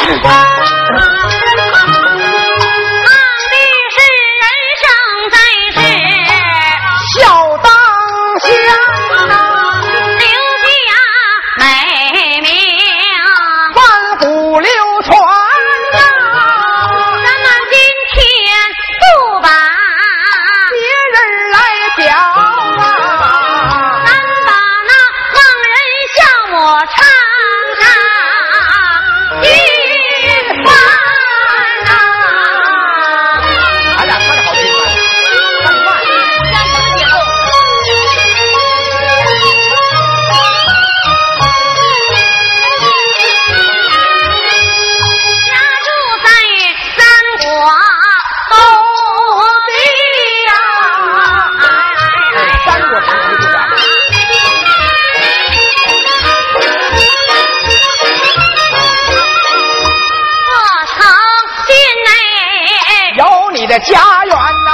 家园呐、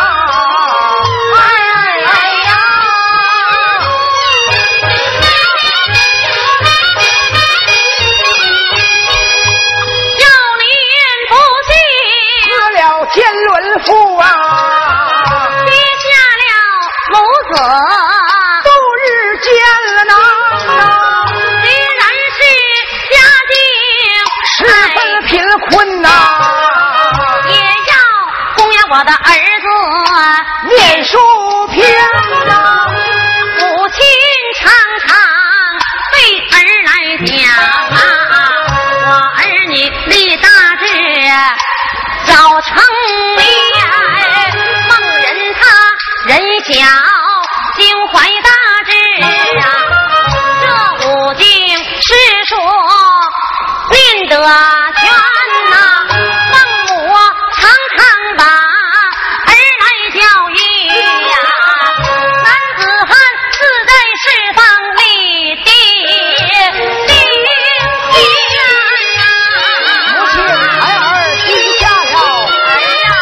少年不幸死了天伦父啊， 跌下了母子度日艰了呐， 虽然是家境十分贫困呐、 我的儿子念书篇啊， 母亲常常为儿来讲啊，我儿女立大志早成年，孟人他人小心怀大志啊，这五经诗书念得全呐，孟母常常把教育呀，男子汉自在释放立地母亲孩儿低下了， 哎呀，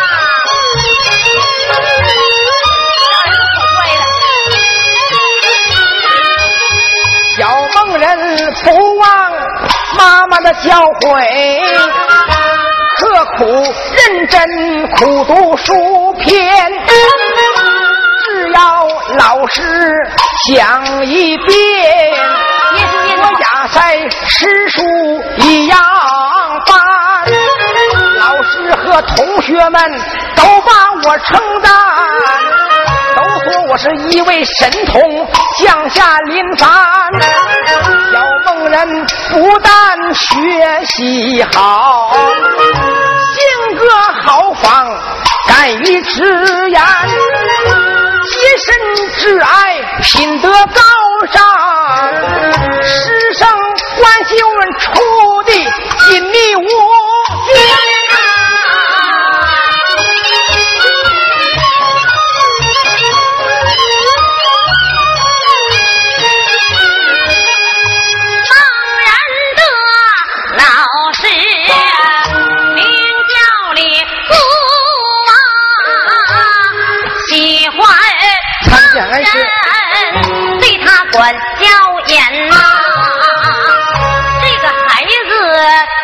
小孟人不忘妈妈的教诲，刻苦认真苦读书篇，只要老师讲一遍，我压在诗书一样般。老师和同学们都把我称赞，都说我是一位神童降下临凡。小孟人不但学习好，性格豪放，敢于直言，洁身自爱，品德高尚，师生关系我们处的紧密无间。 人对他管教严呐，这个孩子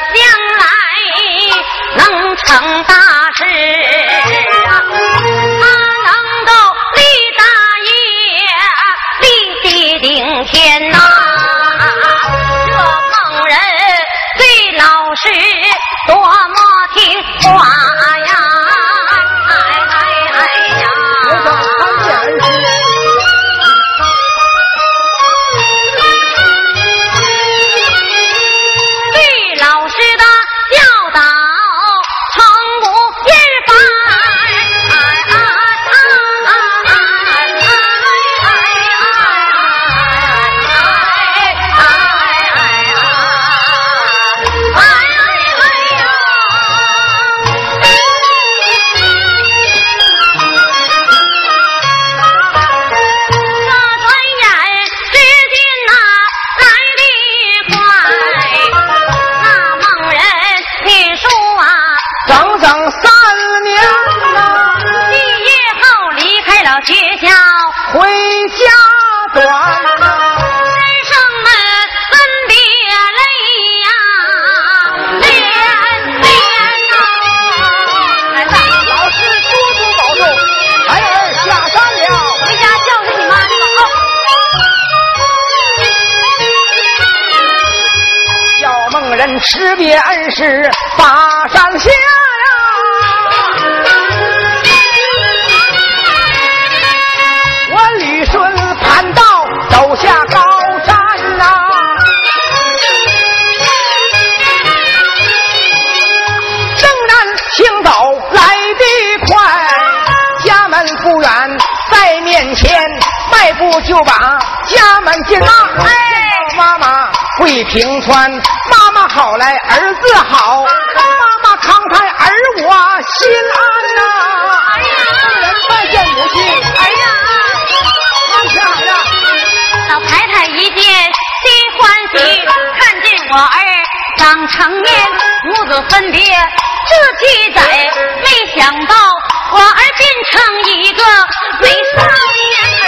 将来能成大事啊，他能够立大业，立地顶天呐。这孟人对老师多么听话呀！ 人识别恩师法山下呀，我旅顺盘道走下高山呐，正然行走来得快，家门不远在面前，迈步就把家门进啊！哎，妈妈会平川，妈妈好来儿子好，妈妈慷慨儿我心安呐！ 哎呀， 人拜见母亲，哎呀，放下呀！ 老太太一见心欢喜，看见我儿长成年，母子分别这记载，没想到我儿变成一个美少年。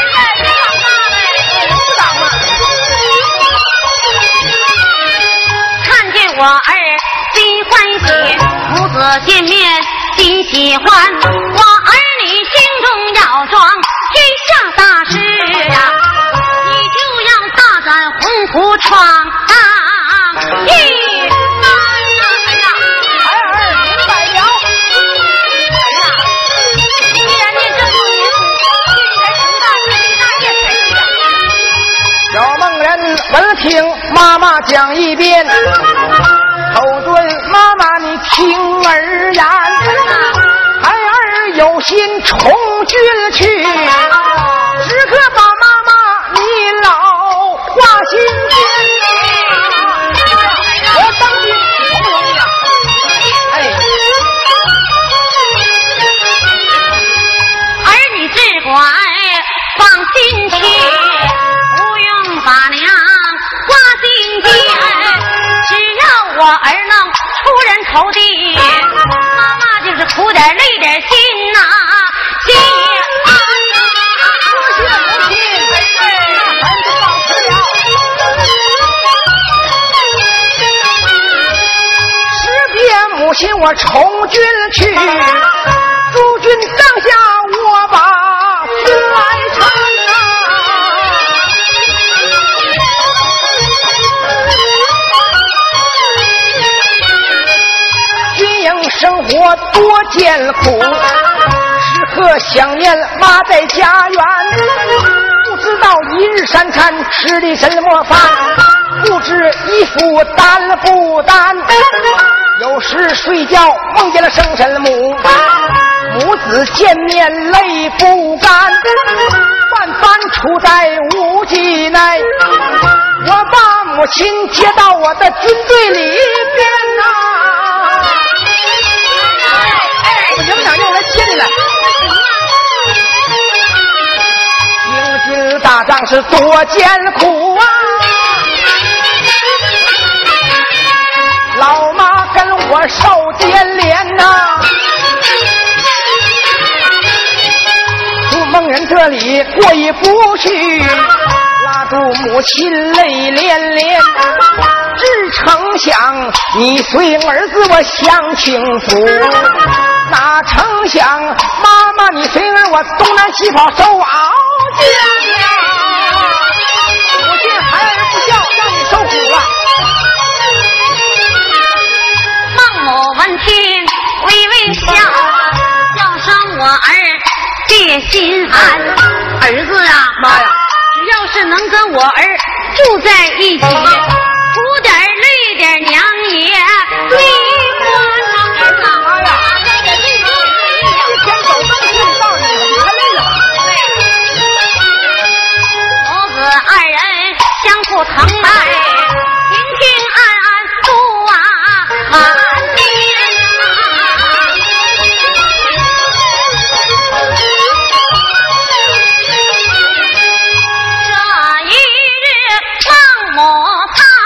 看见我儿心欢喜，母子见面心喜欢，我儿你心中要装天下大事啊，你就要大展宏图闯荡一番啊！哎呀， 孩儿明白了。 哎呀，既然念这么年，就应该成大事立大业才是啊！ 小孟人闻听妈妈讲一遍，口尊妈妈你听儿言，孩儿有心从军去，时刻把妈妈你老挂心间。我当兵容不容易啊？哎， 儿女只管放心去，不用把娘挂心间，只要我儿能出人头地，妈妈就是苦点累点心呐，心安多谢母亲，那孩子放心了。识别母亲我从军去，诸军帐下我把军来缠呐。军营生活多艰苦，时刻想念妈在家园，不知道一日三餐吃的什么饭，不知衣服单不单，有时睡觉梦见了生身母，母子见面泪不干，万般处在无计内，我把母亲接到我的军队里边呐。我营长又来接你来。行军打仗是多艰苦啊，老妈跟我受牵连呐。从孟人这里过意不去，拉住母亲泪连连，只成想你随儿子我享清福，哪成想妈妈你随儿我东南西跑受熬煎呀！母亲孩儿不孝，让你受苦了。 孟母闻听微微笑，要生我儿别心安。儿子啊， 妈呀， 只要是能跟我儿住在一起，苦点累点娘也理欢啊！儿子， 妈呀，一天走这么近道你还累了吧？ 母子二人相互疼爱，平平安安度啊满天啊！这一日孟母盼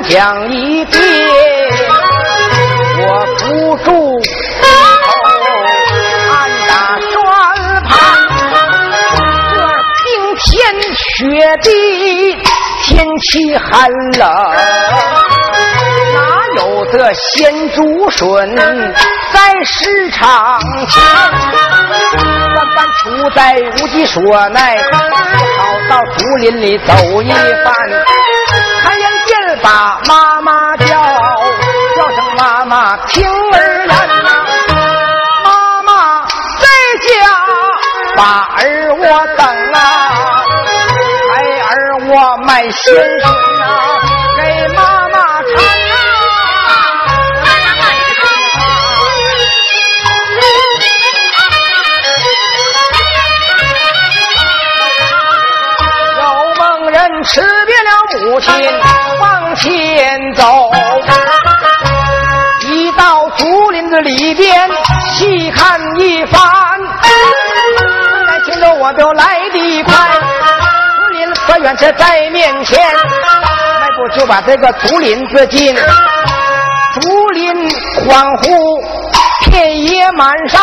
讲一遍，我不住暗打转盘，这冰天雪地，天气寒冷，哪有这鲜竹笋在市场前？咱处在无计所奈，只好到竹林里走一番。看眼见把妈妈叫声妈妈听儿言呐，妈妈在家把儿我等啊，孩儿我卖鲜笋啊，给妈妈缠啊。辞别了母亲往前走，一到竹林子里边细看一番，来前头我就来得快，竹林可远是在面前，迈步就把这个竹林子进，竹林宽乎片野满山，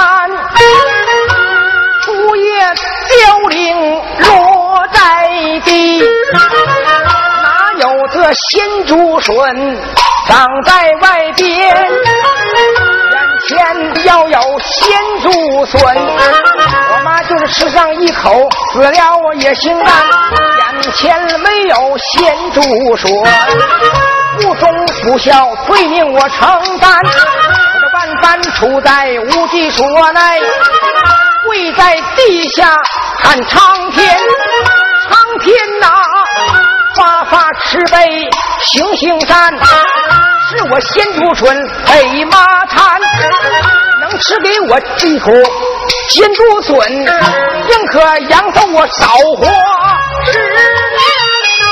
竹叶凋零落在地，哪有这鲜竹笋长在外边？眼前要有鲜竹笋，我妈就是吃上一口，死了我也心甘。眼前没有鲜竹笋，不忠不孝，罪命我承担。我这万般处在无计所内，跪在地下看苍天，苍天哪，发发慈悲行行善，是我鲜竹笋被妈馋，能吃给我一口鲜竹笋，宁可阳寿我少活10年呐！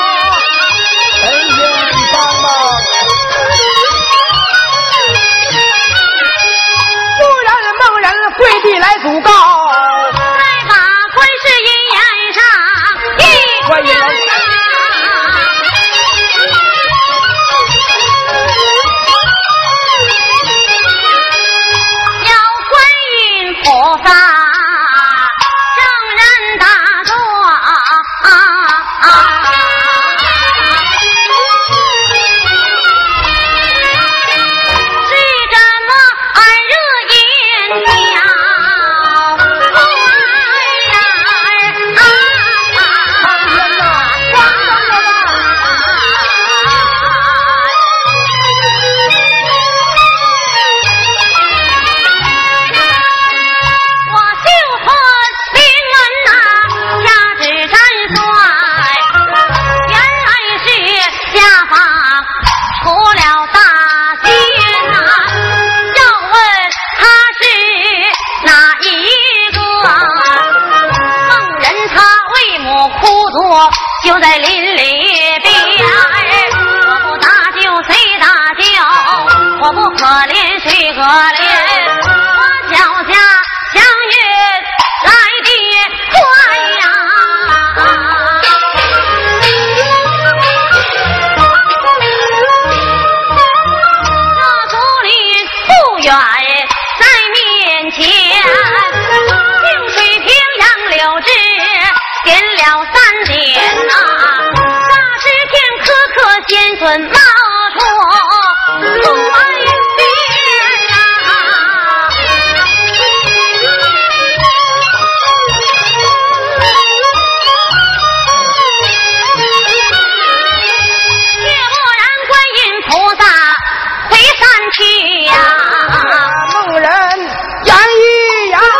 神仙帮忙，突然猛然跪地来祖告， 再把观世音演上一观音就在林里边，我不搭救谁搭救，我不可怜谁可怜，我脚下祥云来得快呀！这竹林不远在面前，清水平杨柳枝点了3点呐，那时天颗颗鲜笋冒出嘴边啊，却蓦然观音菩萨回山去呀， 梦人言一言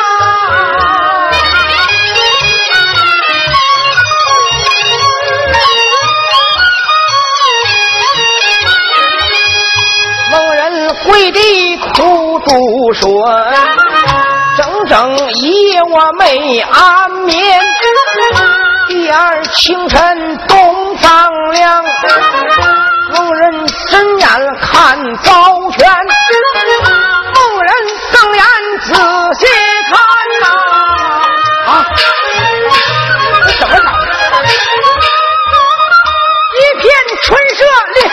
跪地哭竹笋，整整一夜我没安眠。第二清晨东方亮，梦人睁眼看糟全，梦人瞪眼仔细看呐，啊，这什么脑袋？一片春色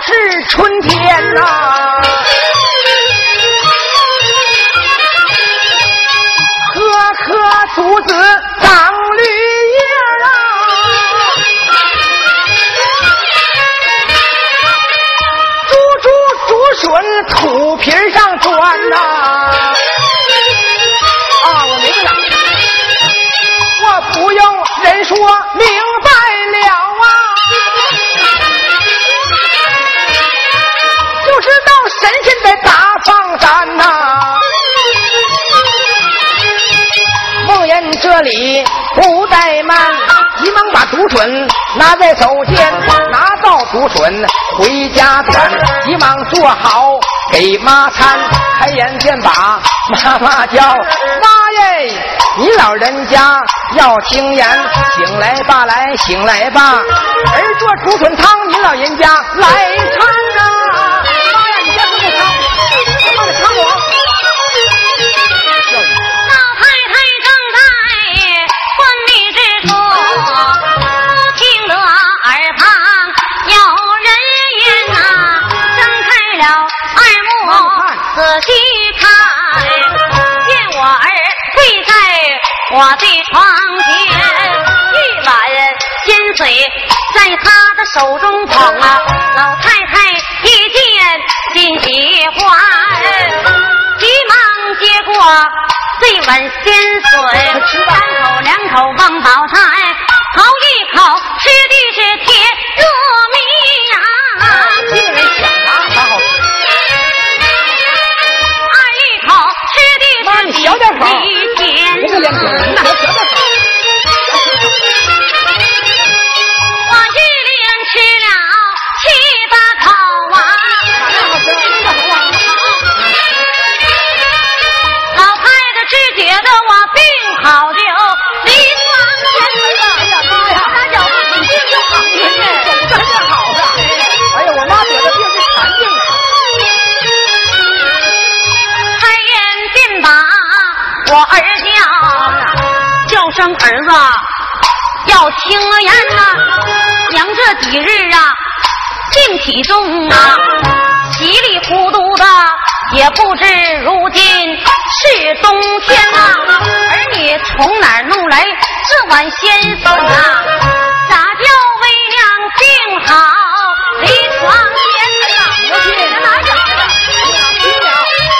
是春天呐、颗颗珠子长绿叶啊，珠笋土皮上钻呐、我明白了，我不用人说明白了啊，就知道神仙在大放山呐、孟人这里不怠慢，急忙把竹笋拿在手间，拿到竹笋回家端，急忙做好给妈餐。开眼便把妈妈叫，妈耶，你老人家要听言，醒来吧来，醒来吧，儿做竹笋汤，你老人家来尝啊！妈呀，你先喝这汤，妈的汤我。 仔细看，见我儿跪在我的床前，一碗鲜水在他的手中捧啊，老太太一见心喜欢，急忙接过这碗鲜水，三口两口往饱菜，好一口吃的是甜如蜜呀， 听人想啥好吃。你小点口，别个脸皮，那小点口。 我一连吃了7、8口啊，老太太只觉得我病好就离床前。 哎呀妈呀，咱叫你病就好了，怎么这好的？哎呀，我妈得的病是残病。 开眼便把我儿叫声儿子，要听言呐，娘这几日啊，病体重啊，稀里糊涂的，也不知如今是冬天呐，儿你从哪儿弄来这碗鲜笋啊？咋叫为娘病好离床前啊？ 我去哪找的？听了。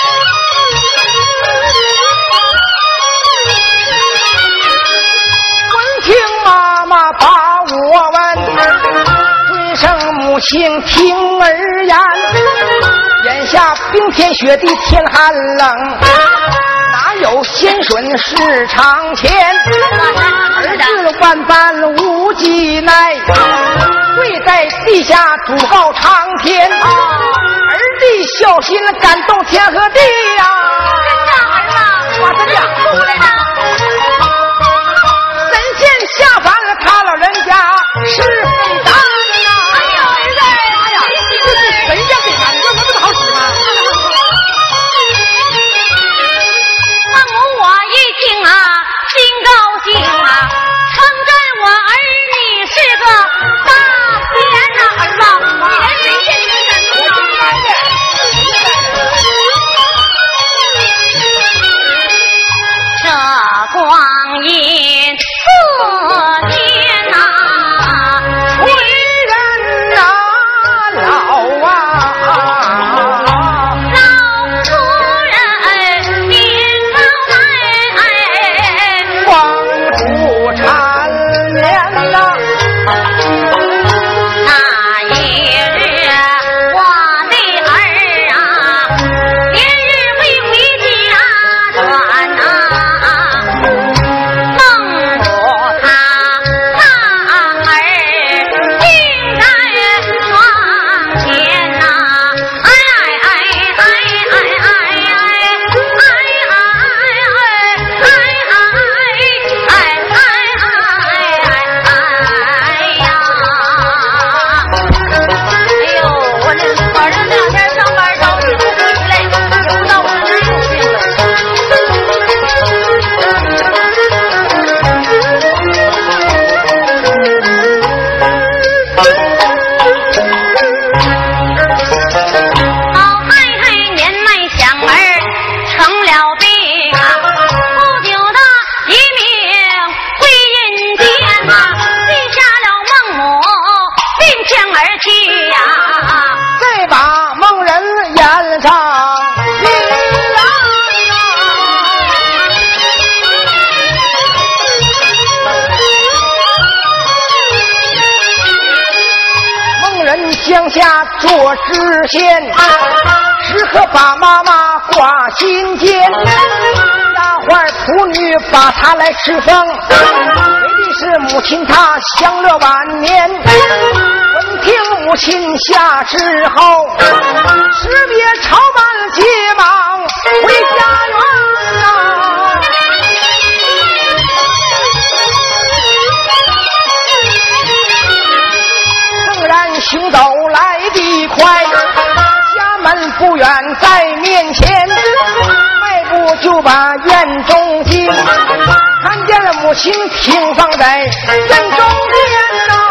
听妈妈把我问，尊声母亲听儿言。眼下冰天雪地天寒冷，哪有鲜笋是常钱？儿子万般无计奈，跪在地下祷告苍天。儿弟孝心感动天和地呀、 真的儿子， 我真的出来了。 下凡了，他老人家是非大的呀！ 哎呦，儿子， 哎呀，这是谁家给他？你说能这么好使吗？ 那我一听啊，心高兴啊，称赞我儿你是个大贤呐，儿子，你连神仙你都敢出来。 知县，时刻把妈妈挂心间。丫鬟仆女把她来侍奉，为的是母亲她享乐晚年。闻听母亲下之后，识别朝班急忙回家园啊。纵然行走来得快，家门不远在面前，迈步就把院中进，看见了母亲停放在院中间呐。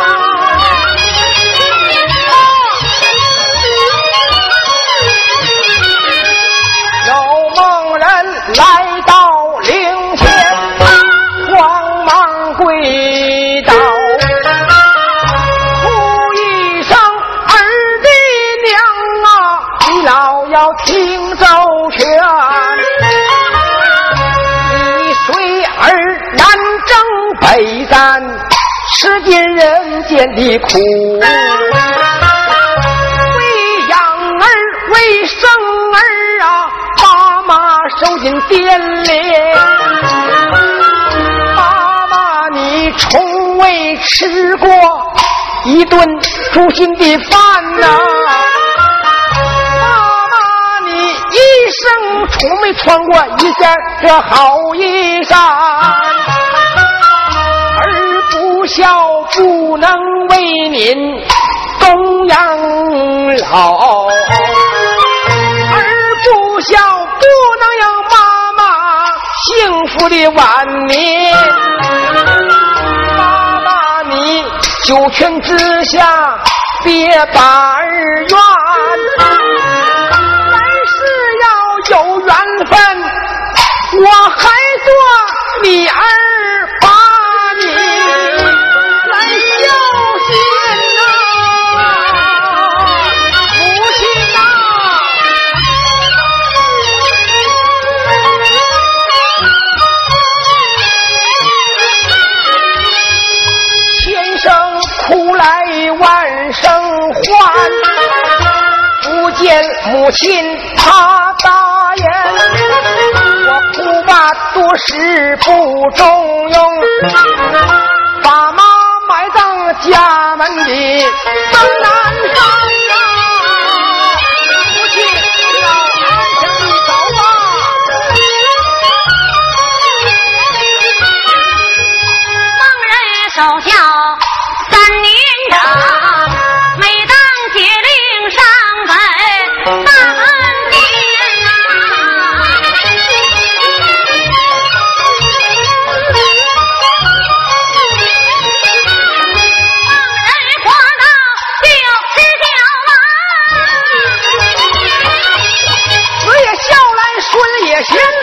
有梦人来到灵前，慌忙跪倒，哭一声儿的娘啊，你老要听周全。你随儿南征北战，吃尽人间的苦，为养儿为生儿啊，妈妈受尽颠连。妈妈你从未吃过一顿舒心的饭呐，妈妈你一生从没穿过一件这好衣裳，儿不孝不能为您供养老，儿不孝不能让妈妈幸福的晚年。妈妈你九泉之下别把儿怨，来世要有缘分，我还做你儿把你来孝心啊，母亲啊。千声哭来万声唤，不见母亲她大言，我哭罢多时不中用，把妈埋葬家门里更难上啊。母亲要安详地走吧。 盲人守孝3年长，每当节令上北大门前啊，盲人活到60角啊， 子也孝来，孙也贤